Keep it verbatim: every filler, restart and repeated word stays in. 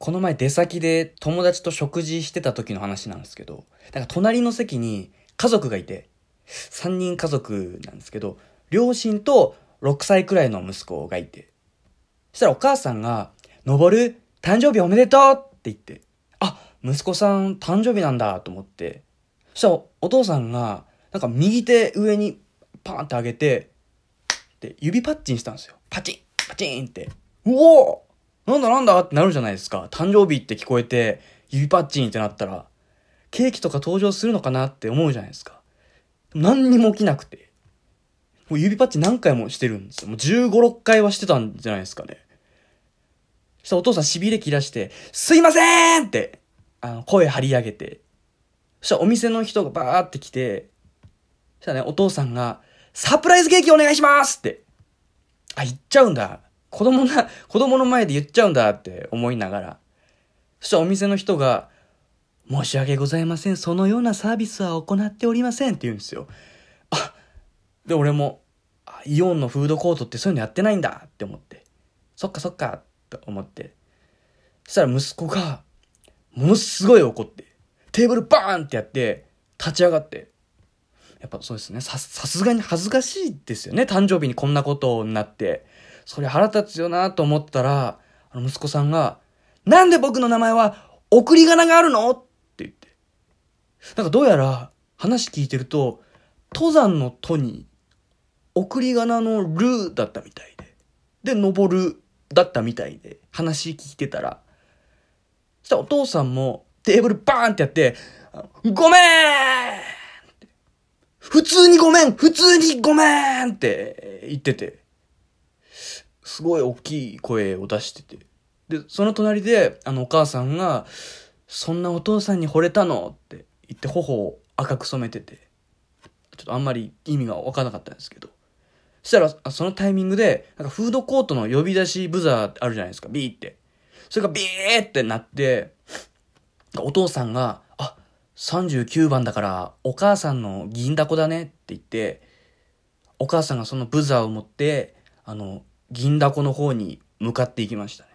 この前出先で友達と食事してた時の話なんですけど、なんか隣の席に家族がいて、さんにん家族なんですけど、両親とろくさいくらいの息子がいて、そしたらお母さんが、のぼる、誕生日おめでとうって言って、あ、息子さん誕生日なんだと思って、そしたらお父さんが、なんか右手上にパーンって上げて、で指パッチンしたんですよ。パチンパチンって。うおーなんだなんだってなるじゃないですか。誕生日って聞こえて、指パッチンってなったら、ケーキとか登場するのかなって思うじゃないですか。何にも起きなくて。もう指パッチン何回もしてるんですよ。もうじゅうご、ろっかいはしてたんじゃないですかね。そしたらお父さん痺れ切らして、すいませーんって、あの、声張り上げて。そしたらお店の人がバーって来て、そしたらね、お父さんが、サプライズケーキお願いしますって。あ、言っちゃうんだ。子供な、子供の前で言っちゃうんだって思いながら。そしたらお店の人が、申し訳ございません。そのようなサービスは行っておりませんって言うんですよ。あ、で、俺も、あイオンのフードコートってそういうのやってないんだって思って。そっかそっかって思って。そしたら息子が、ものすごい怒って、テーブルバーンってやって、立ち上がって。やっぱそうですね。さ、さすがに恥ずかしいですよね。誕生日にこんなことになって。それ腹立つよなと思ったら、あの息子さんが、なんで僕の名前は送り仮名があるのって言って。なんかどうやら話聞いてると、登山のとに、送り仮名のるだったみたいで。で、登るだったみたいで、話聞いてたら。そしたらお父さんもテーブルバーンってやって、ごめーん普通にごめん普通にごめんって言ってて。すごい大きい声を出してて。で、その隣で、あのお母さんが、そんなお父さんに惚れたのって言って頬を赤く染めてて。ちょっとあんまり意味がわからなかったんですけど。そしたら、そのタイミングで、なんかフードコートの呼び出しブザーあるじゃないですか、ビーって。それがビーってなって、お父さんが、あ、さんじゅうきゅうばんだからお母さんの銀だこだねって言って、お母さんがそのブザーを持って、あの、銀だこの方に向かっていきましたね。